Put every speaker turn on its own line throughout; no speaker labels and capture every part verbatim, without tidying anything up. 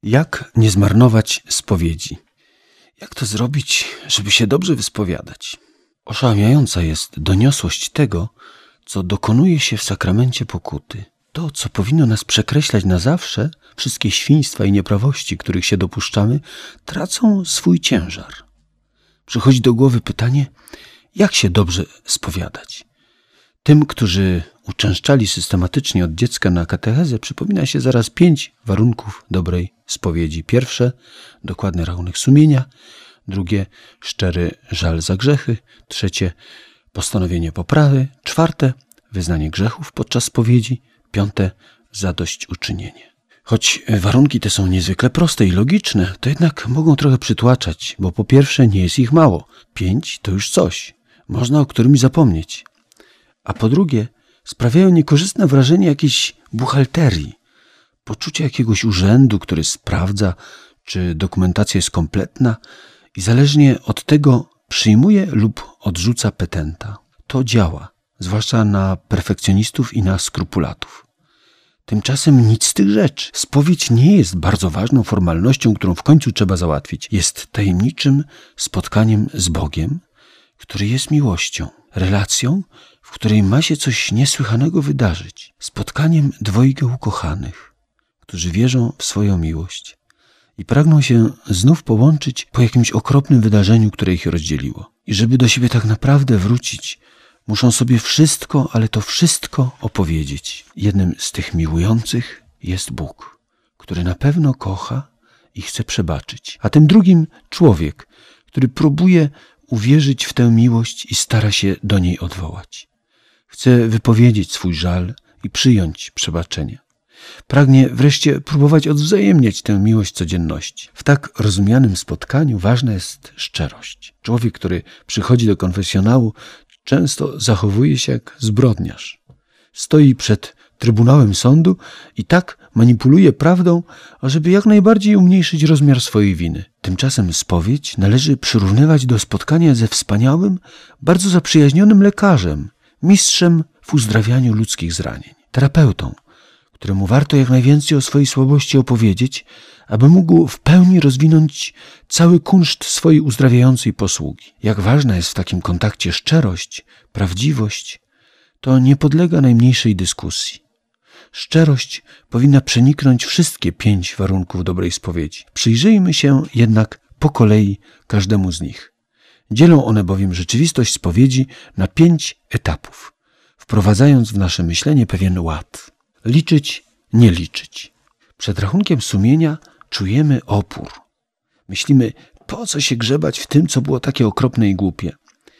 Jak nie zmarnować spowiedzi? Jak to zrobić, żeby się dobrze wyspowiadać? Oszałamiająca jest doniosłość tego, co dokonuje się w sakramencie pokuty. To, co powinno nas przekreślać na zawsze, wszystkie świństwa i nieprawości, których się dopuszczamy, tracą swój ciężar. Przychodzi do głowy pytanie, jak się dobrze spowiadać? Tym, którzy uczęszczali systematycznie od dziecka na katechezę, przypomina się zaraz pięć warunków dobrej spowiedzi. Pierwsze, dokładny rachunek sumienia. Drugie, szczery żal za grzechy. Trzecie, postanowienie poprawy. Czwarte, wyznanie grzechów podczas spowiedzi. Piąte, zadośćuczynienie. Choć warunki te są niezwykle proste i logiczne, to jednak mogą trochę przytłaczać, bo po pierwsze nie jest ich mało. Pięć to już coś. Można o którymś zapomnieć. A po drugie, sprawiają niekorzystne wrażenie jakiejś buchalterii, poczucia jakiegoś urzędu, który sprawdza, czy dokumentacja jest kompletna i zależnie od tego przyjmuje lub odrzuca petenta. To działa, zwłaszcza na perfekcjonistów i na skrupulatów. Tymczasem nic z tych rzeczy. Spowiedź nie jest bardzo ważną formalnością, którą w końcu trzeba załatwić. Jest tajemniczym spotkaniem z Bogiem, który jest miłością, relacją, w której ma się coś niesłychanego wydarzyć. Spotkaniem dwojga ukochanych, którzy wierzą w swoją miłość i pragną się znów połączyć po jakimś okropnym wydarzeniu, które ich rozdzieliło. I żeby do siebie tak naprawdę wrócić, muszą sobie wszystko, ale to wszystko opowiedzieć. Jednym z tych miłujących jest Bóg, który na pewno kocha i chce przebaczyć. A tym drugim człowiek, który próbuje uwierzyć w tę miłość i stara się do niej odwołać. Chce wypowiedzieć swój żal i przyjąć przebaczenie. Pragnie wreszcie próbować odwzajemniać tę miłość codzienności. W tak rozumianym spotkaniu ważna jest szczerość. Człowiek, który przychodzi do konfesjonału, często zachowuje się jak zbrodniarz. Stoi przed trybunałem sądu i tak manipuluje prawdą, ażeby jak najbardziej umniejszyć rozmiar swojej winy. Tymczasem spowiedź należy przyrównywać do spotkania ze wspaniałym, bardzo zaprzyjaźnionym lekarzem, mistrzem w uzdrawianiu ludzkich zranień, terapeutą, któremu warto jak najwięcej o swojej słabości opowiedzieć, aby mógł w pełni rozwinąć cały kunszt swojej uzdrawiającej posługi. Jak ważna jest w takim kontakcie szczerość, prawdziwość, to nie podlega najmniejszej dyskusji. Szczerość powinna przeniknąć wszystkie pięć warunków dobrej spowiedzi. Przyjrzyjmy się jednak po kolei każdemu z nich. Dzielą one bowiem rzeczywistość spowiedzi na pięć etapów, wprowadzając w nasze myślenie pewien ład. Liczyć, nie liczyć. Przed rachunkiem sumienia czujemy opór. Myślimy, po co się grzebać w tym, co było takie okropne i głupie.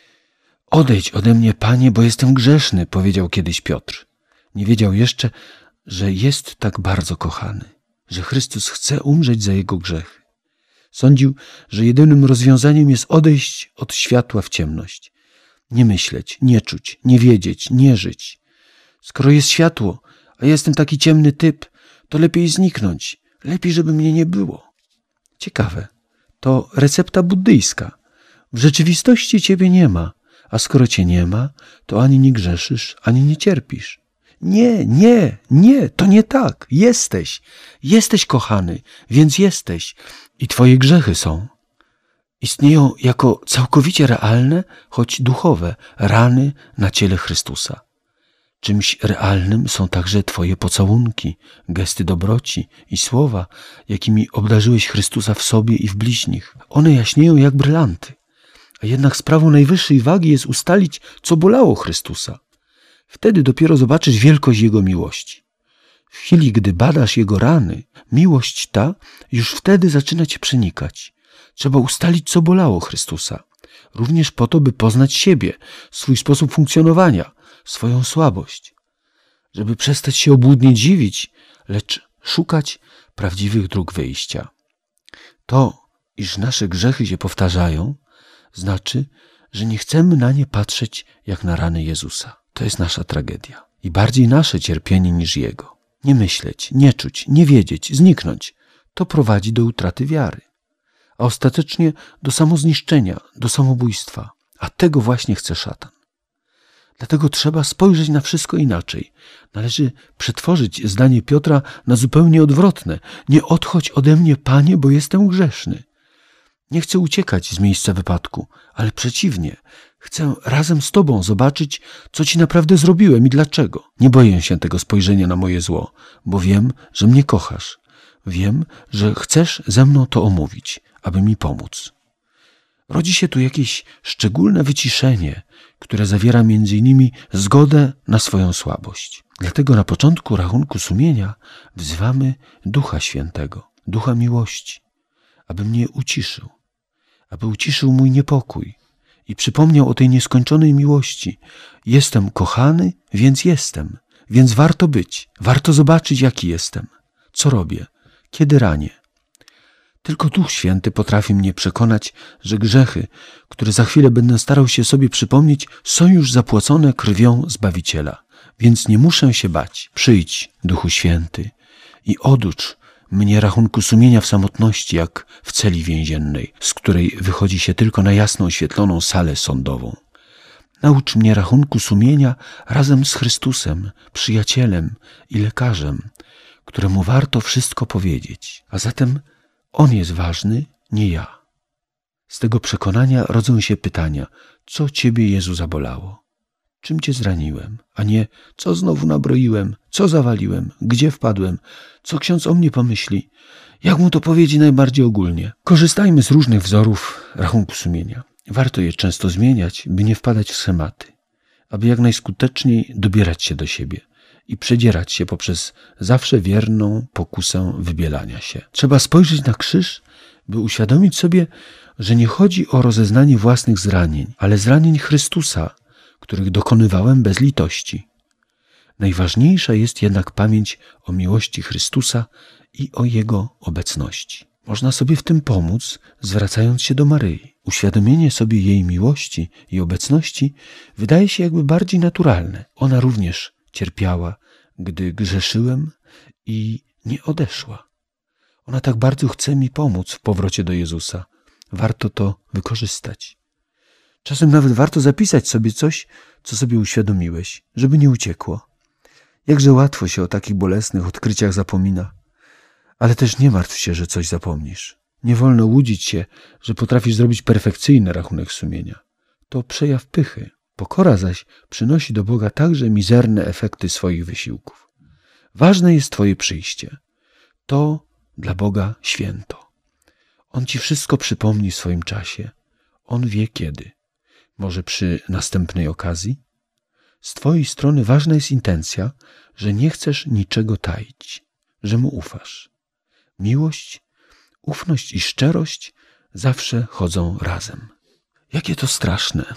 Odejdź ode mnie, Panie, bo jestem grzeszny, powiedział kiedyś Piotr. Nie wiedział jeszcze, że jest tak bardzo kochany, że Chrystus chce umrzeć za jego grzechy. Sądził, że jedynym rozwiązaniem jest odejść od światła w ciemność. Nie myśleć, nie czuć, nie wiedzieć, nie żyć. Skoro jest światło, a ja jestem taki ciemny typ, to lepiej zniknąć, lepiej, żeby mnie nie było. Ciekawe, to recepta buddyjska. W rzeczywistości ciebie nie ma, a skoro cię nie ma, to ani nie grzeszysz, ani nie cierpisz. Nie, nie, nie, to nie tak. Jesteś, jesteś kochany, więc jesteś i twoje grzechy są. Istnieją jako całkowicie realne, choć duchowe, rany na ciele Chrystusa. Czymś realnym są także twoje pocałunki, gesty dobroci i słowa, jakimi obdarzyłeś Chrystusa w sobie i w bliźnich. One jaśnieją jak brylanty, a jednak sprawą najwyższej wagi jest ustalić, co bolało Chrystusa. Wtedy dopiero zobaczysz wielkość Jego miłości. W chwili, gdy badasz Jego rany, miłość ta już wtedy zaczyna cię przenikać. Trzeba ustalić, co bolało Chrystusa. Również po to, by poznać siebie, swój sposób funkcjonowania, swoją słabość. Żeby przestać się obłudnie dziwić, lecz szukać prawdziwych dróg wyjścia. To, iż nasze grzechy się powtarzają, znaczy, że nie chcemy na nie patrzeć jak na rany Jezusa. To jest nasza tragedia i bardziej nasze cierpienie niż Jego. Nie myśleć, nie czuć, nie wiedzieć, zniknąć. To prowadzi do utraty wiary, a ostatecznie do samozniszczenia, do samobójstwa. A tego właśnie chce szatan. Dlatego trzeba spojrzeć na wszystko inaczej. Należy przetworzyć zdanie Piotra na zupełnie odwrotne. Nie odchodź ode mnie, Panie, bo jestem grzeszny. Nie chcę uciekać z miejsca wypadku, ale przeciwnie. Chcę razem z Tobą zobaczyć, co Ci naprawdę zrobiłem i dlaczego. Nie boję się tego spojrzenia na moje zło, bo wiem, że mnie kochasz. Wiem, że chcesz ze mną to omówić, aby mi pomóc. Rodzi się tu jakieś szczególne wyciszenie, które zawiera między innymi zgodę na swoją słabość. Dlatego na początku rachunku sumienia wzywamy Ducha Świętego, Ducha Miłości, aby mnie uciszył, aby uciszył mój niepokój i przypomniał o tej nieskończonej miłości. Jestem kochany, więc jestem, więc warto być, warto zobaczyć, jaki jestem, co robię, kiedy ranię. Tylko Duch Święty potrafi mnie przekonać, że grzechy, które za chwilę będę starał się sobie przypomnieć, są już zapłacone krwią Zbawiciela. Więc nie muszę się bać. Przyjdź, Duchu Święty, i oducz mnie rachunku sumienia w samotności, jak w celi więziennej, z której wychodzi się tylko na jasno oświetloną salę sądową. Naucz mnie rachunku sumienia razem z Chrystusem, przyjacielem i lekarzem, któremu warto wszystko powiedzieć. A zatem On jest ważny, nie ja. Z tego przekonania rodzą się pytania, co Ciebie, Jezu, zabolało? Czym Cię zraniłem? A nie, co znowu nabroiłem? Co zawaliłem? Gdzie wpadłem? Co ksiądz o mnie pomyśli? Jak mu to powiedzieć najbardziej ogólnie? Korzystajmy z różnych wzorów rachunku sumienia. Warto je często zmieniać, by nie wpadać w schematy, aby jak najskuteczniej dobierać się do siebie i przedzierać się poprzez zawsze wierną pokusę wybielania się. Trzeba spojrzeć na krzyż, by uświadomić sobie, że nie chodzi o rozeznanie własnych zranień, ale zranień Chrystusa, których dokonywałem bez litości. Najważniejsza jest jednak pamięć o miłości Chrystusa i o Jego obecności. Można sobie w tym pomóc, zwracając się do Maryi. Uświadomienie sobie jej miłości i obecności wydaje się jakby bardziej naturalne. Ona również cierpiała, gdy grzeszyłem i nie odeszła. Ona tak bardzo chce mi pomóc w powrocie do Jezusa. Warto to wykorzystać. Czasem nawet warto zapisać sobie coś, co sobie uświadomiłeś, żeby nie uciekło. Jakże łatwo się o takich bolesnych odkryciach zapomina. Ale też nie martw się, że coś zapomnisz. Nie wolno łudzić się, że potrafisz zrobić perfekcyjny rachunek sumienia. To przejaw pychy. Pokora zaś przynosi do Boga także mizerne efekty swoich wysiłków. Ważne jest Twoje przyjście. To dla Boga święto. On Ci wszystko przypomni w swoim czasie. On wie kiedy. Może przy następnej okazji? Z Twojej strony ważna jest intencja, że nie chcesz niczego taić, że Mu ufasz. Miłość, ufność i szczerość zawsze chodzą razem. Jakie to straszne!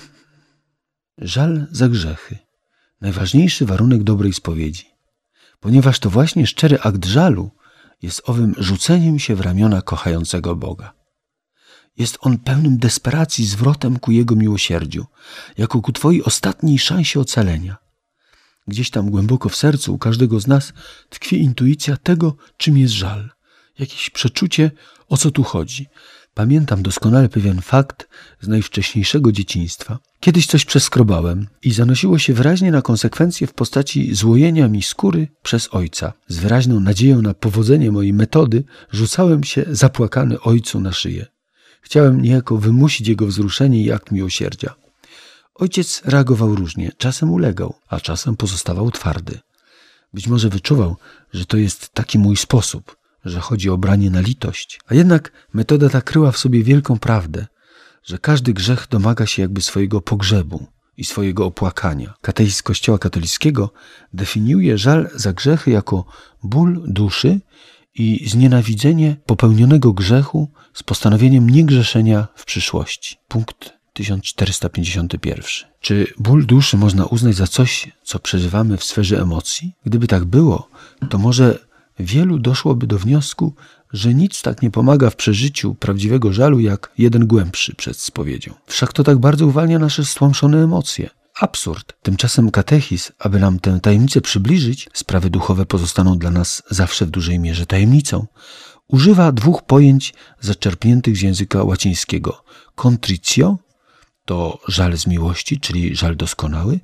Żal za grzechy. Najważniejszy warunek dobrej spowiedzi. Ponieważ to właśnie szczery akt żalu jest owym rzuceniem się w ramiona kochającego Boga. Jest on pełnym desperacji zwrotem ku Jego miłosierdziu, jako ku Twojej ostatniej szansie ocalenia. Gdzieś tam głęboko w sercu u każdego z nas tkwi intuicja tego, czym jest żal. Jakieś przeczucie, o co tu chodzi. Pamiętam doskonale pewien fakt z najwcześniejszego dzieciństwa. Kiedyś coś przeskrobałem i zanosiło się wyraźnie na konsekwencje w postaci złojenia mi skóry przez ojca. Z wyraźną nadzieją na powodzenie mojej metody rzucałem się zapłakany ojcu na szyję. Chciałem niejako wymusić jego wzruszenie i akt miłosierdzia. Ojciec reagował różnie, czasem ulegał, a czasem pozostawał twardy. Być może wyczuwał, że to jest taki mój sposób, że chodzi o branie na litość. A jednak metoda ta kryła w sobie wielką prawdę, że każdy grzech domaga się jakby swojego pogrzebu i swojego opłakania. Katechizm Kościoła katolickiego definiuje żal za grzechy jako ból duszy i znienawidzenie popełnionego grzechu z postanowieniem niegrzeszenia w przyszłości. Punkt tysiąc czterysta pięćdziesiąty pierwszy. Czy ból duszy można uznać za coś, co przeżywamy w sferze emocji? Gdyby tak było, to może wielu doszłoby do wniosku, że nic tak nie pomaga w przeżyciu prawdziwego żalu, jak jeden głębszy przed spowiedzią. Wszak to tak bardzo uwalnia nasze stłamszone emocje. Absurd. Tymczasem katechizm, aby nam tę tajemnicę przybliżyć, sprawy duchowe pozostaną dla nas zawsze w dużej mierze tajemnicą, używa dwóch pojęć zaczerpniętych z języka łacińskiego. Contritio to żal z miłości, czyli żal doskonały,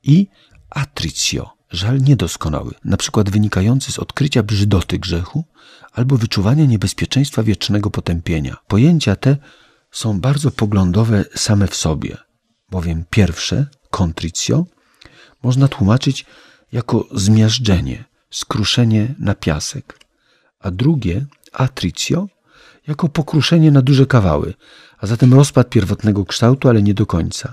i attricio, żal niedoskonały, na przykład wynikający z odkrycia brzydoty grzechu albo wyczuwania niebezpieczeństwa wiecznego potępienia. Pojęcia te są bardzo poglądowe same w sobie, bowiem pierwsze, contricio, można tłumaczyć jako zmiażdżenie, skruszenie na piasek, a drugie, attricio, jako pokruszenie na duże kawały, a zatem rozpad pierwotnego kształtu, ale nie do końca.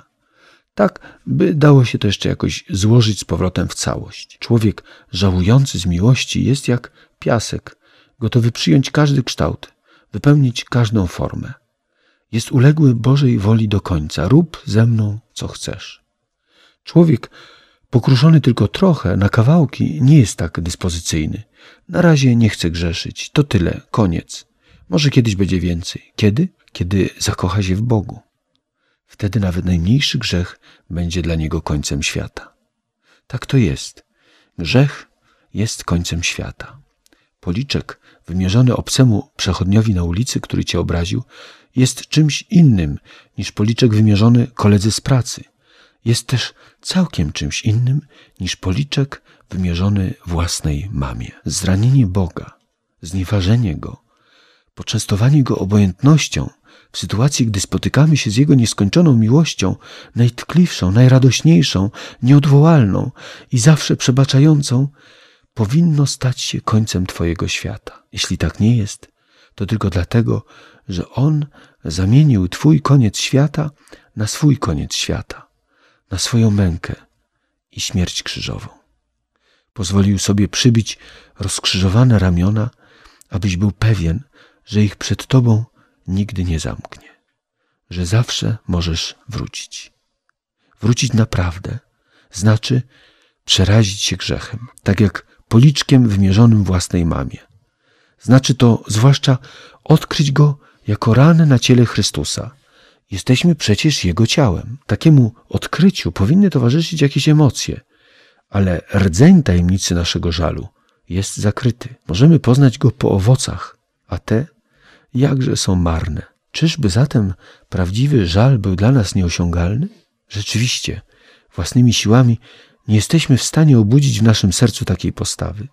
Tak, by dało się to jeszcze jakoś złożyć z powrotem w całość. Człowiek żałujący z miłości jest jak piasek, gotowy przyjąć każdy kształt, wypełnić każdą formę. Jest uległy Bożej woli do końca. Rób ze mną, co chcesz. Człowiek pokruszony tylko trochę na kawałki nie jest tak dyspozycyjny. Na razie nie chce grzeszyć. To tyle, koniec. Może kiedyś będzie więcej. Kiedy? Kiedy zakocha się w Bogu. Wtedy nawet najmniejszy grzech będzie dla niego końcem świata. Tak to jest. Grzech jest końcem świata. Policzek wymierzony obcemu przechodniowi na ulicy, który cię obraził, jest czymś innym niż policzek wymierzony koledze z pracy. Jest też całkiem czymś innym niż policzek wymierzony własnej mamie. Zranienie Boga, znieważenie Go, poczęstowanie Go obojętnością w sytuacji, gdy spotykamy się z Jego nieskończoną miłością, najtkliwszą, najradośniejszą, nieodwołalną i zawsze przebaczającą, powinno stać się końcem Twojego świata. Jeśli tak nie jest, to tylko dlatego, że On zamienił Twój koniec świata na swój koniec świata, na swoją mękę i śmierć krzyżową. Pozwolił sobie przybić rozkrzyżowane ramiona, abyś był pewien, że ich przed Tobą nigdy nie zamknie, że zawsze możesz wrócić. Wrócić naprawdę znaczy przerazić się grzechem, tak jak policzkiem wymierzonym własnej mamie. Znaczy to zwłaszcza odkryć Go jako ranę na ciele Chrystusa. Jesteśmy przecież Jego ciałem. Takiemu odkryciu powinny towarzyszyć jakieś emocje, ale rdzeń tajemnicy naszego żalu jest zakryty. Możemy poznać Go po owocach, a te jakże są marne. Czyżby zatem prawdziwy żal był dla nas nieosiągalny? Rzeczywiście, własnymi siłami nie jesteśmy w stanie obudzić w naszym sercu takiej postawy.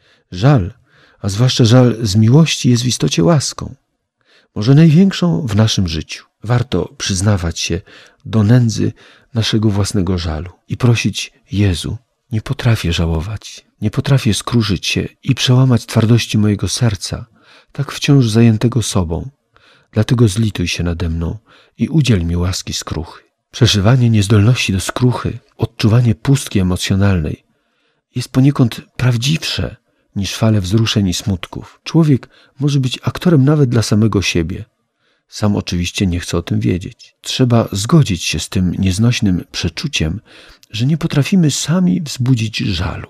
Żal, a zwłaszcza żal z miłości, jest w istocie łaską, może największą w naszym życiu. Warto przyznawać się do nędzy naszego własnego żalu i prosić: Jezu, nie potrafię żałować, nie potrafię skruszyć się i przełamać twardości mojego serca, tak wciąż zajętego sobą. Dlatego zlituj się nade mną i udziel mi łaski skruchy. Przeżywanie niezdolności do skruchy, odczuwanie pustki emocjonalnej jest poniekąd prawdziwsze niż fale wzruszeń i smutków. Człowiek może być aktorem nawet dla samego siebie. Sam oczywiście nie chce o tym wiedzieć. Trzeba zgodzić się z tym nieznośnym przeczuciem, że nie potrafimy sami wzbudzić żalu.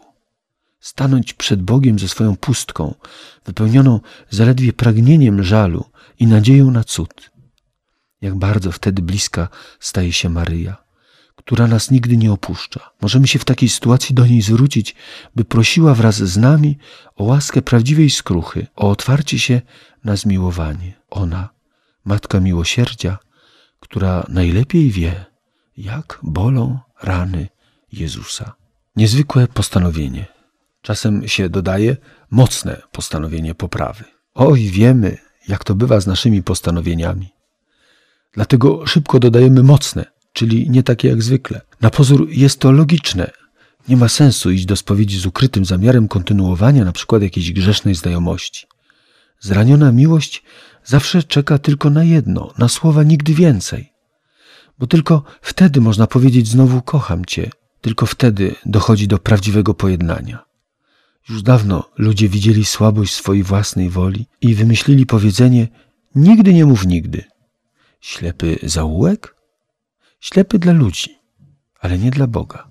Stanąć przed Bogiem ze swoją pustką, wypełnioną zaledwie pragnieniem żalu i nadzieją na cud. Jak bardzo wtedy bliska staje się Maryja, która nas nigdy nie opuszcza. Możemy się w takiej sytuacji do niej zwrócić, by prosiła wraz z nami o łaskę prawdziwej skruchy, o otwarcie się na zmiłowanie. Ona, Matka Miłosierdzia, która najlepiej wie, jak bolą rany Jezusa. Niezwykłe postanowienie. Czasem się dodaje mocne postanowienie poprawy. Oj, wiemy, jak to bywa z naszymi postanowieniami. Dlatego szybko dodajemy mocne, czyli nie takie jak zwykle. Na pozór jest to logiczne. Nie ma sensu iść do spowiedzi z ukrytym zamiarem kontynuowania na przykład jakiejś grzesznej znajomości. Zraniona miłość zawsze czeka tylko na jedno, na słowa nigdy więcej. Bo tylko wtedy można powiedzieć znowu kocham Cię. Tylko wtedy dochodzi do prawdziwego pojednania. Już dawno ludzie widzieli słabość swojej własnej woli i wymyślili powiedzenie nigdy nie mów nigdy. Ślepy zaułek? Ślepy dla ludzi, ale nie dla Boga.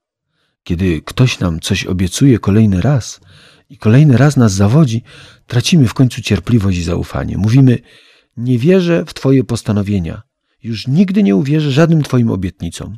Kiedy ktoś nam coś obiecuje kolejny raz i kolejny raz nas zawodzi, tracimy w końcu cierpliwość i zaufanie. Mówimy, nie wierzę w Twoje postanowienia, już nigdy nie uwierzę żadnym Twoim obietnicom.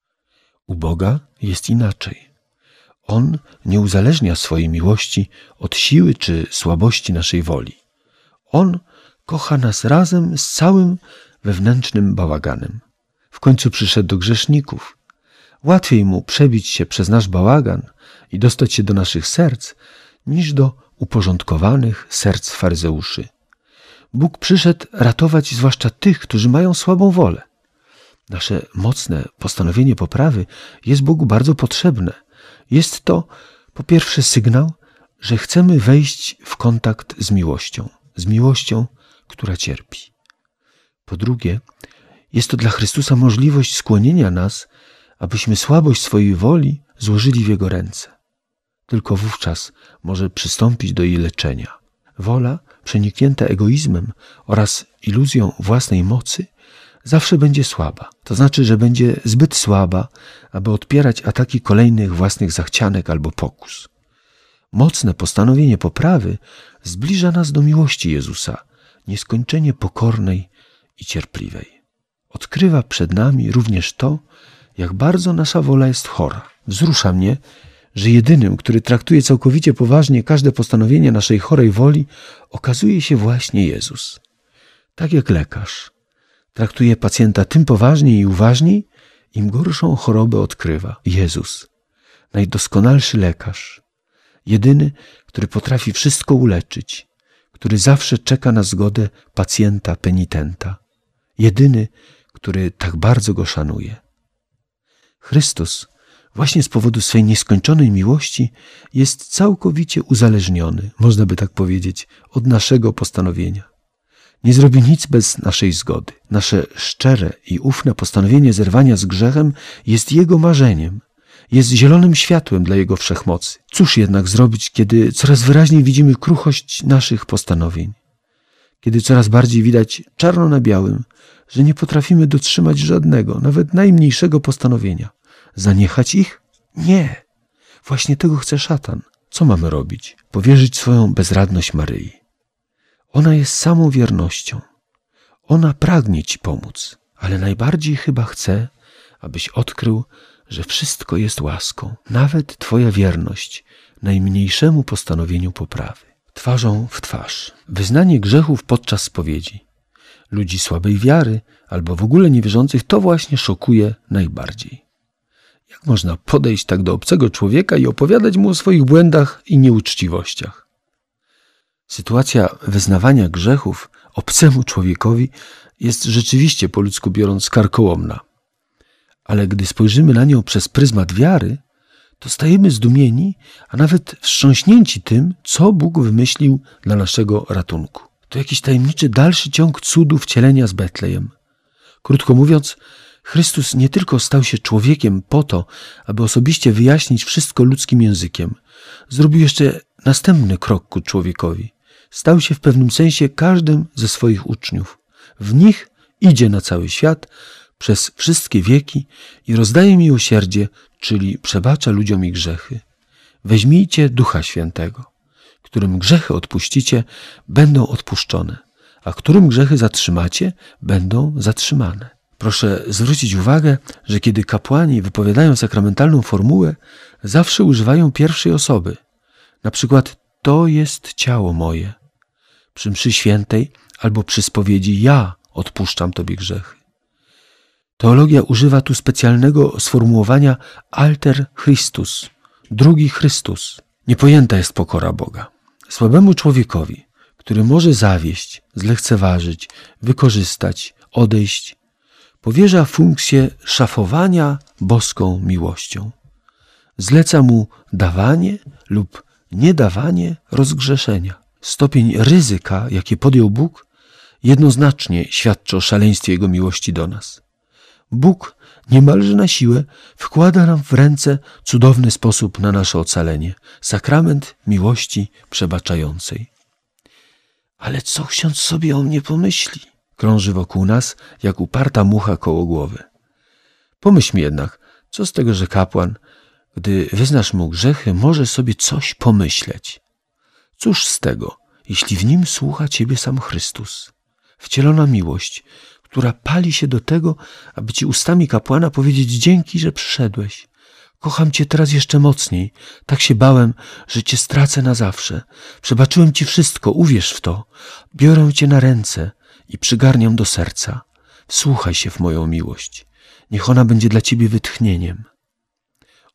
U Boga jest inaczej. On nie uzależnia swojej miłości od siły czy słabości naszej woli. On kocha nas razem z całym wewnętrznym bałaganem. W końcu przyszedł do grzeszników. Łatwiej mu przebić się przez nasz bałagan i dostać się do naszych serc, niż do uporządkowanych serc faryzeuszy. Bóg przyszedł ratować zwłaszcza tych, którzy mają słabą wolę. Nasze mocne postanowienie poprawy jest Bogu bardzo potrzebne. Jest to, po pierwsze, sygnał, że chcemy wejść w kontakt z miłością, z miłością, która cierpi. Po drugie, jest to dla Chrystusa możliwość skłonienia nas, abyśmy słabość swojej woli złożyli w Jego ręce. Tylko wówczas może przystąpić do jej leczenia. Wola przeniknięta egoizmem oraz iluzją własnej mocy zawsze będzie słaba. To znaczy, że będzie zbyt słaba, aby odpierać ataki kolejnych własnych zachcianek albo pokus. Mocne postanowienie poprawy zbliża nas do miłości Jezusa, nieskończenie pokornej i cierpliwej. Odkrywa przed nami również to, jak bardzo nasza wola jest chora. Wzrusza mnie, że jedynym, który traktuje całkowicie poważnie każde postanowienie naszej chorej woli, okazuje się właśnie Jezus. Tak jak lekarz traktuje pacjenta tym poważniej i uważniej, im gorszą chorobę odkrywa. Jezus, najdoskonalszy lekarz, jedyny, który potrafi wszystko uleczyć, który zawsze czeka na zgodę pacjenta penitenta, jedyny, który tak bardzo go szanuje. Chrystus właśnie z powodu swej nieskończonej miłości jest całkowicie uzależniony, można by tak powiedzieć, od naszego postanowienia. Nie zrobi nic bez naszej zgody. Nasze szczere i ufne postanowienie zerwania z grzechem jest Jego marzeniem, jest zielonym światłem dla Jego wszechmocy. Cóż jednak zrobić, kiedy coraz wyraźniej widzimy kruchość naszych postanowień? Kiedy coraz bardziej widać czarno na białym, że nie potrafimy dotrzymać żadnego, nawet najmniejszego postanowienia. Zaniechać ich? Nie. Właśnie tego chce szatan. Co mamy robić? Powierzyć swoją bezradność Maryi. Ona jest samą wiernością. Ona pragnie Ci pomóc, ale najbardziej chyba chce, abyś odkrył, że wszystko jest łaską, nawet Twoja wierność najmniejszemu postanowieniu poprawy. Twarzą w twarz. Wyznanie grzechów podczas spowiedzi. Ludzi słabej wiary albo w ogóle niewierzących to właśnie szokuje najbardziej. Jak można podejść tak do obcego człowieka i opowiadać mu o swoich błędach i nieuczciwościach? Sytuacja wyznawania grzechów obcemu człowiekowi jest rzeczywiście po ludzku biorąc karkołomna. Ale gdy spojrzymy na nią przez pryzmat wiary, to stajemy zdumieni, a nawet wstrząśnięci tym, co Bóg wymyślił dla naszego ratunku. To jakiś tajemniczy dalszy ciąg cudu wcielenia z Betlejem. Krótko mówiąc, Chrystus nie tylko stał się człowiekiem po to, aby osobiście wyjaśnić wszystko ludzkim językiem. Zrobił jeszcze następny krok ku człowiekowi. Stał się w pewnym sensie każdym ze swoich uczniów. W nich idzie na cały świat przez wszystkie wieki i rozdaje miłosierdzie, czyli przebacza ludziom ich grzechy. Weźmijcie Ducha Świętego. Którym grzechy odpuścicie, będą odpuszczone, a którym grzechy zatrzymacie, będą zatrzymane. Proszę zwrócić uwagę, że kiedy kapłani wypowiadają sakramentalną formułę, zawsze używają pierwszej osoby. Na przykład to jest ciało moje. Przy mszy świętej albo przy spowiedzi ja odpuszczam Tobie grzechy. Teologia używa tu specjalnego sformułowania alter Christus, drugi Chrystus. Niepojęta jest pokora Boga. Słabemu człowiekowi, który może zawieść, zlekceważyć, wykorzystać, odejść, powierza funkcję szafowania boską miłością. Zleca mu dawanie lub niedawanie rozgrzeszenia. Stopień ryzyka, jakie podjął Bóg, jednoznacznie świadczy o szaleństwie Jego miłości do nas. Bóg niemalże na siłę wkłada nam w ręce cudowny sposób na nasze ocalenie, sakrament miłości przebaczającej. Ale co ksiądz sobie o mnie pomyśli? Krąży wokół nas, jak uparta mucha koło głowy. Pomyślmy jednak, co z tego, że kapłan, gdy wyznasz mu grzechy, może sobie coś pomyśleć. Cóż z tego, jeśli w nim słucha Ciebie sam Chrystus, wcielona miłość, która pali się do tego, aby Ci ustami kapłana powiedzieć dzięki, że przyszedłeś. Kocham Cię teraz jeszcze mocniej. Tak się bałem, że Cię stracę na zawsze. Przebaczyłem Ci wszystko, uwierz w to. Biorę Cię na ręce i przygarniam do serca. Wsłuchaj się w moją miłość. Niech ona będzie dla Ciebie wytchnieniem.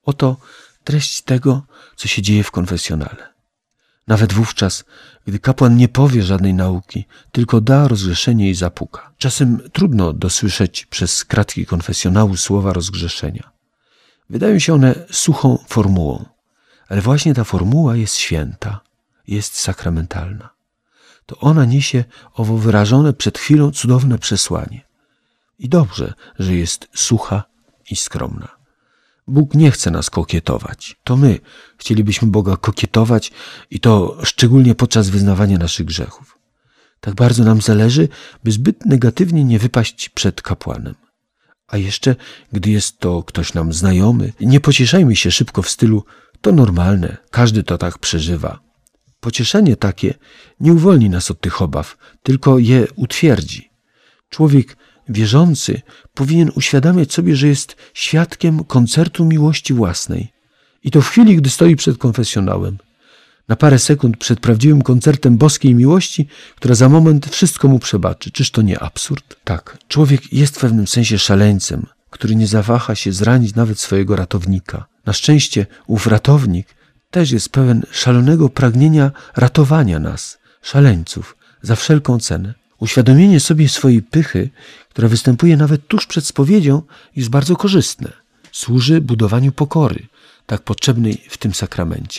Oto treść tego, co się dzieje w konfesjonale. Nawet wówczas, gdy kapłan nie powie żadnej nauki, tylko da rozgrzeszenie i zapuka. Czasem trudno dosłyszeć przez kratki konfesjonału słowa rozgrzeszenia. Wydają się one suchą formułą, ale właśnie ta formuła jest święta, jest sakramentalna. To ona niesie owo wyrażone przed chwilą cudowne przesłanie. I dobrze, że jest sucha i skromna. Bóg nie chce nas kokietować. To my chcielibyśmy Boga kokietować i to szczególnie podczas wyznawania naszych grzechów. Tak bardzo nam zależy, by zbyt negatywnie nie wypaść przed kapłanem. A jeszcze, gdy jest to ktoś nam znajomy, nie pocieszajmy się szybko w stylu to normalne, każdy to tak przeżywa. Pocieszenie takie nie uwolni nas od tych obaw, tylko je utwierdzi. Człowiek wierzący powinien uświadamiać sobie, że jest świadkiem koncertu miłości własnej. I to w chwili, gdy stoi przed konfesjonałem. Na parę sekund przed prawdziwym koncertem boskiej miłości, która za moment wszystko mu przebaczy. Czyż to nie absurd? Tak, człowiek jest w pewnym sensie szaleńcem, który nie zawaha się zranić nawet swojego ratownika. Na szczęście ów ratownik też jest pełen szalonego pragnienia ratowania nas, szaleńców, za wszelką cenę. Uświadomienie sobie swojej pychy, która występuje nawet tuż przed spowiedzią, jest bardzo korzystne. Służy budowaniu pokory, tak potrzebnej w tym sakramencie.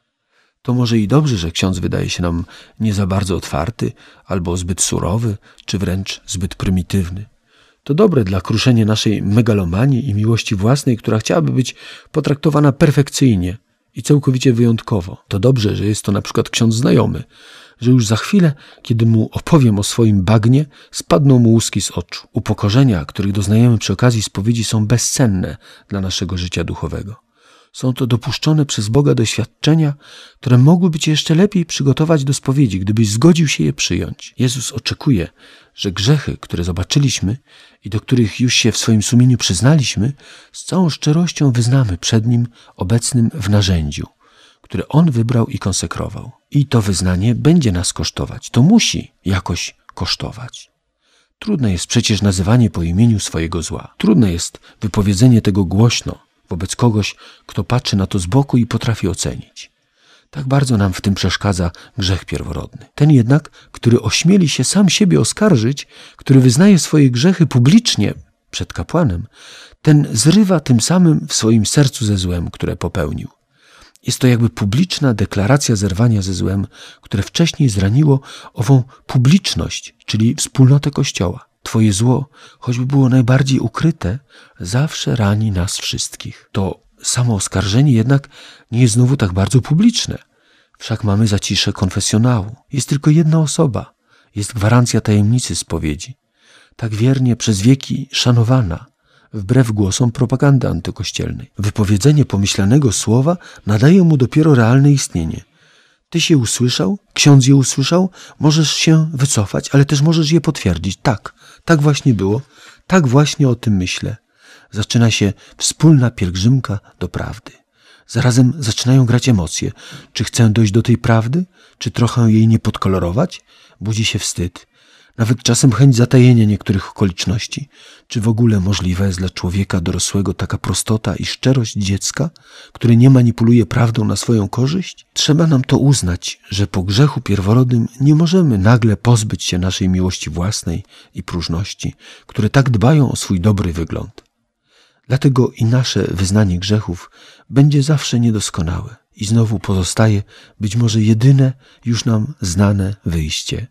To może i dobrze, że ksiądz wydaje się nam nie za bardzo otwarty, albo zbyt surowy, czy wręcz zbyt prymitywny. To dobre dla kruszenia naszej megalomanii i miłości własnej, która chciałaby być potraktowana perfekcyjnie i całkowicie wyjątkowo. To dobrze, że jest to na przykład ksiądz znajomy, że już za chwilę, kiedy mu opowiem o swoim bagnie, spadną mu łuski z oczu. Upokorzenia, których doznajemy przy okazji spowiedzi, są bezcenne dla naszego życia duchowego. Są to dopuszczone przez Boga doświadczenia, które mogłyby Cię jeszcze lepiej przygotować do spowiedzi, gdybyś zgodził się je przyjąć. Jezus oczekuje, że grzechy, które zobaczyliśmy i do których już się w swoim sumieniu przyznaliśmy, z całą szczerością wyznamy przed Nim obecnym w narzędziu, które On wybrał i konsekrował. I to wyznanie będzie nas kosztować. To musi jakoś kosztować. Trudne jest przecież nazywanie po imieniu swojego zła. Trudne jest wypowiedzenie tego głośno wobec kogoś, kto patrzy na to z boku i potrafi ocenić. Tak bardzo nam w tym przeszkadza grzech pierworodny. Ten jednak, który ośmieli się sam siebie oskarżyć, który wyznaje swoje grzechy publicznie przed kapłanem, ten zrywa tym samym w swoim sercu ze złem, które popełnił. Jest to jakby publiczna deklaracja zerwania ze złem, które wcześniej zraniło ową publiczność, czyli wspólnotę Kościoła. Twoje zło, choćby było najbardziej ukryte, zawsze rani nas wszystkich. To samo oskarżenie jednak nie jest znowu tak bardzo publiczne. Wszak mamy zaciszę konfesjonału. Jest tylko jedna osoba. Jest gwarancja tajemnicy spowiedzi. Tak wiernie przez wieki szanowana, wbrew głosom propagandy antykościelnej. Wypowiedzenie pomyślanego słowa nadaje mu dopiero realne istnienie. Tyś je usłyszał, ksiądz je usłyszał, możesz się wycofać, ale też możesz je potwierdzić. Tak, tak właśnie było, tak właśnie o tym myślę. Zaczyna się wspólna pielgrzymka do prawdy. Zarazem zaczynają grać emocje. Czy chcę dojść do tej prawdy? Czy trochę jej nie podkolorować? Budzi się wstyd. Nawet czasem chęć zatajenia niektórych okoliczności. Czy w ogóle możliwa jest dla człowieka dorosłego taka prostota i szczerość dziecka, które nie manipuluje prawdą na swoją korzyść? Trzeba nam to uznać, że po grzechu pierworodnym nie możemy nagle pozbyć się naszej miłości własnej i próżności, które tak dbają o swój dobry wygląd. Dlatego i nasze wyznanie grzechów będzie zawsze niedoskonałe i znowu pozostaje być może jedyne już nam znane wyjście.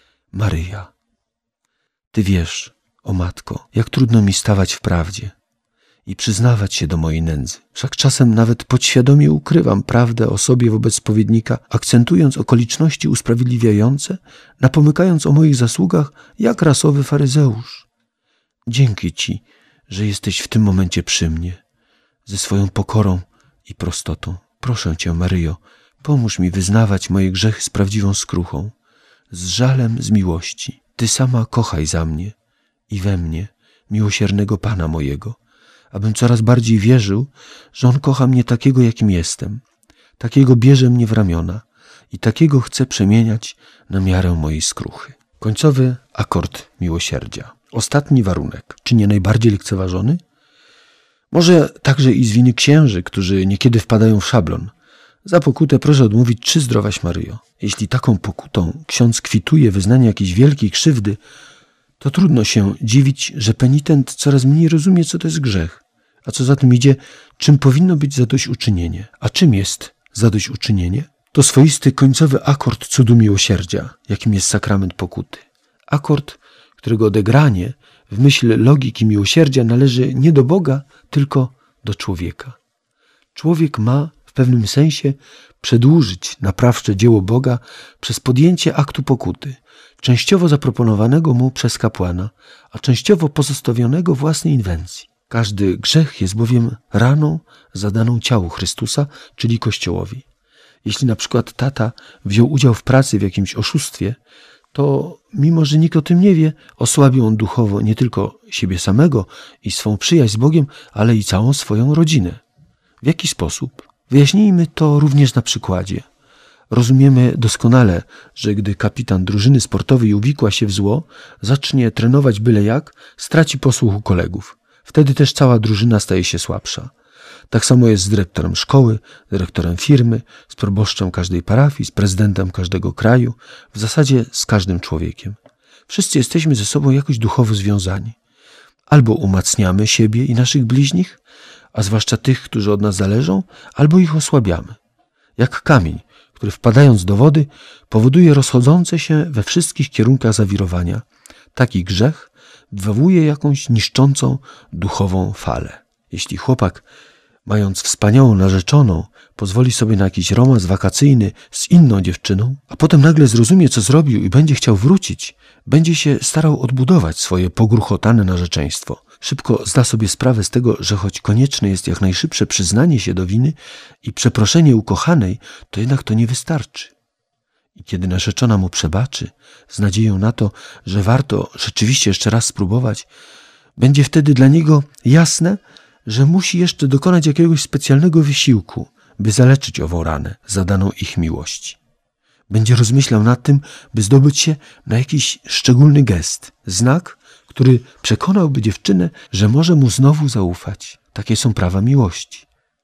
Maryja, Ty wiesz, o Matko, jak trudno mi stawać w prawdzie i przyznawać się do mojej nędzy. Wszak czasem nawet podświadomie ukrywam prawdę o sobie wobec spowiednika, akcentując okoliczności usprawiedliwiające, napomykając o moich zasługach jak rasowy faryzeusz. Dzięki Ci, że jesteś w tym momencie przy mnie, ze swoją pokorą i prostotą. Proszę Cię, Maryjo, pomóż mi wyznawać moje grzechy z prawdziwą skruchą, z żalem z miłości. Ty sama kochaj za mnie i we mnie miłosiernego Pana mojego, abym coraz bardziej wierzył, że On kocha mnie takiego, jakim jestem, takiego bierze mnie w ramiona i takiego chce przemieniać na miarę mojej skruchy. Końcowy akord miłosierdzia. Ostatni warunek, czy nie najbardziej lekceważony? Może także i z winy księży, którzy niekiedy wpadają w szablon. Za pokutę proszę odmówić trzy zdrowaś Maryjo. Jeśli taką pokutą ksiądz kwituje wyznanie jakiejś wielkiej krzywdy, to trudno się dziwić, że penitent coraz mniej rozumie, co to jest grzech. A co za tym idzie, czym powinno być zadośćuczynienie. A czym jest zadośćuczynienie? To swoisty końcowy akord cudu miłosierdzia, jakim jest sakrament pokuty. Akord, którego odegranie w myśl logiki miłosierdzia należy nie do Boga, tylko do człowieka. Człowiek ma w pewnym sensie przedłużyć naprawcze dzieło Boga przez podjęcie aktu pokuty, częściowo zaproponowanego mu przez kapłana, a częściowo pozostawionego własnej inwencji. Każdy grzech jest bowiem raną zadaną ciału Chrystusa, czyli Kościołowi. Jeśli na przykład tata wziął udział w pracy w jakimś oszustwie, to mimo, że nikt o tym nie wie, osłabił on duchowo nie tylko siebie samego i swą przyjaźń z Bogiem, ale i całą swoją rodzinę. W jaki sposób? Wyjaśnijmy to również na przykładzie. Rozumiemy doskonale, że gdy kapitan drużyny sportowej uwikła się w zło, zacznie trenować byle jak, straci posłuch u kolegów. Wtedy też cała drużyna staje się słabsza. Tak samo jest z dyrektorem szkoły, dyrektorem firmy, z proboszczem każdej parafii, z prezydentem każdego kraju, w zasadzie z każdym człowiekiem. Wszyscy jesteśmy ze sobą jakoś duchowo związani. Albo umacniamy siebie i naszych bliźnich, a zwłaszcza tych, którzy od nas zależą, albo ich osłabiamy. Jak kamień, który wpadając do wody powoduje rozchodzące się we wszystkich kierunkach zawirowania. Taki grzech wywołuje jakąś niszczącą duchową falę. Jeśli chłopak, mając wspaniałą narzeczoną, pozwoli sobie na jakiś romans wakacyjny z inną dziewczyną, a potem nagle zrozumie, co zrobił i będzie chciał wrócić, będzie się starał odbudować swoje pogruchotane narzeczeństwo. Szybko zda sobie sprawę z tego, że choć konieczne jest jak najszybsze przyznanie się do winy i przeproszenie ukochanej, to jednak to nie wystarczy. I kiedy narzeczona mu przebaczy, z nadzieją na to, że warto rzeczywiście jeszcze raz spróbować, będzie wtedy dla niego jasne, że musi jeszcze dokonać jakiegoś specjalnego wysiłku, by zaleczyć ową ranę zadaną ich miłości. Będzie rozmyślał nad tym, by zdobyć się na jakiś szczególny gest, znak, który przekonałby dziewczynę, że może mu znowu zaufać. Takie są prawa miłości.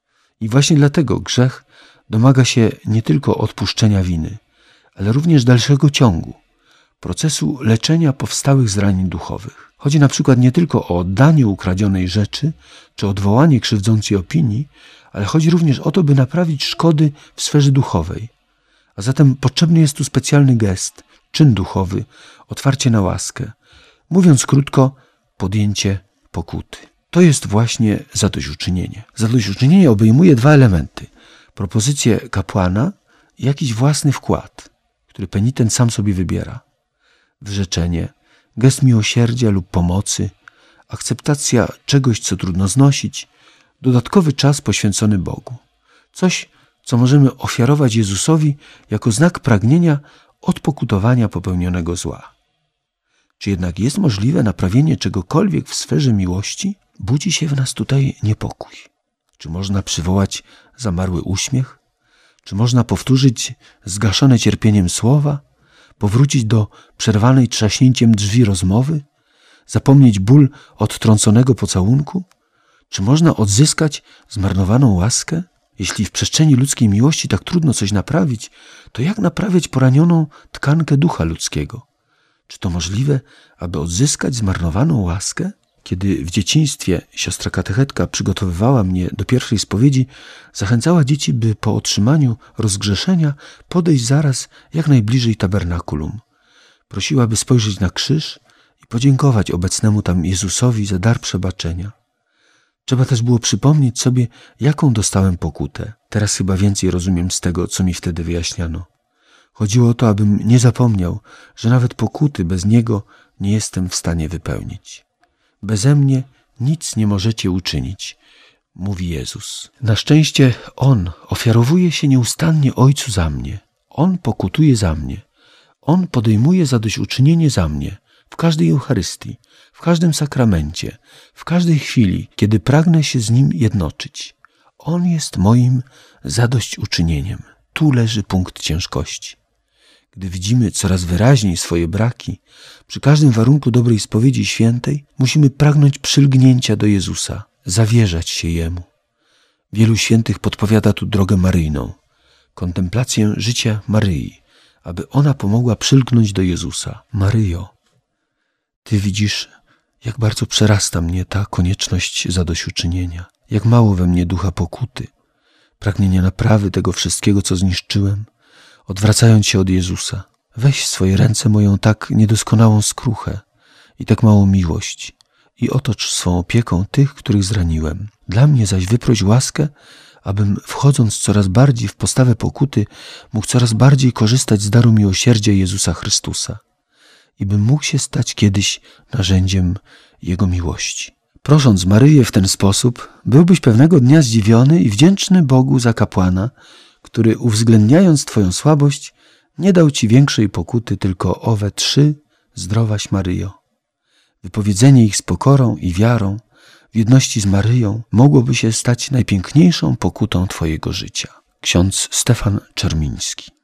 I właśnie dlatego grzech domaga się nie tylko odpuszczenia winy, ale również dalszego ciągu, procesu leczenia powstałych zranień duchowych. Chodzi na przykład nie tylko o oddanie ukradzionej rzeczy, czy odwołanie krzywdzącej opinii, ale chodzi również o to, by naprawić szkody w sferze duchowej. A zatem potrzebny jest tu specjalny gest, czyn duchowy, otwarcie na łaskę. Mówiąc krótko, podjęcie pokuty. To jest właśnie zadośćuczynienie. Zadośćuczynienie obejmuje dwa elementy. Propozycję kapłana i jakiś własny wkład, który penitent sam sobie wybiera. Wyrzeczenie, gest miłosierdzia lub pomocy, akceptacja czegoś, co trudno znosić, dodatkowy czas poświęcony Bogu. Coś, co możemy ofiarować Jezusowi jako znak pragnienia odpokutowania popełnionego zła. Czy jednak jest możliwe naprawienie czegokolwiek w sferze miłości? Budzi się w nas tutaj niepokój. Czy można przywołać zamarły uśmiech? Czy można powtórzyć zgaszone cierpieniem słowa? Powrócić do przerwanej trzaśnięciem drzwi rozmowy? Zapomnieć ból odtrąconego pocałunku? Czy można odzyskać zmarnowaną łaskę? Jeśli w przestrzeni ludzkiej miłości tak trudno coś naprawić, to jak naprawiać poranioną tkankę ducha ludzkiego? Czy to możliwe, aby odzyskać zmarnowaną łaskę? Kiedy w dzieciństwie siostra katechetka przygotowywała mnie do pierwszej spowiedzi, zachęcała dzieci, by po otrzymaniu rozgrzeszenia podejść zaraz jak najbliżej tabernakulum. Prosiła, by spojrzeć na krzyż i podziękować obecnemu tam Jezusowi za dar przebaczenia. Trzeba też było przypomnieć sobie, jaką dostałem pokutę. Teraz chyba więcej rozumiem z tego, co mi wtedy wyjaśniano. Chodziło o to, abym nie zapomniał, że nawet pokuty bez Niego nie jestem w stanie wypełnić. Beze mnie nic nie możecie uczynić, mówi Jezus. Na szczęście On ofiarowuje się nieustannie Ojcu za mnie. On pokutuje za mnie. On podejmuje zadośćuczynienie za mnie w każdej Eucharystii, w każdym sakramencie, w każdej chwili, kiedy pragnę się z Nim jednoczyć. On jest moim zadośćuczynieniem. Tu leży punkt ciężkości. Gdy widzimy coraz wyraźniej swoje braki, przy każdym warunku dobrej spowiedzi świętej musimy pragnąć przylgnięcia do Jezusa, zawierzać się Jemu. Wielu świętych podpowiada tu drogę maryjną, kontemplację życia Maryi, aby ona pomogła przylgnąć do Jezusa. Maryjo, Ty widzisz, jak bardzo przerasta mnie ta konieczność zadośćuczynienia, jak mało we mnie ducha pokuty, pragnienia naprawy tego wszystkiego, co zniszczyłem, odwracając się od Jezusa. Weź w swoje ręce moją tak niedoskonałą skruchę i tak małą miłość i otocz swą opieką tych, których zraniłem. Dla mnie zaś wyproś łaskę, abym, wchodząc coraz bardziej w postawę pokuty, mógł coraz bardziej korzystać z daru miłosierdzia Jezusa Chrystusa i bym mógł się stać kiedyś narzędziem Jego miłości. Prosząc Maryję w ten sposób, byłbyś pewnego dnia zdziwiony i wdzięczny Bogu za kapłana, który uwzględniając Twoją słabość, nie dał Ci większej pokuty, tylko owe trzy: zdrowaś Maryjo. Wypowiedzenie ich z pokorą i wiarą, w jedności z Maryją, mogłoby się stać najpiękniejszą pokutą Twojego życia. Ksiądz Stefan Czermiński.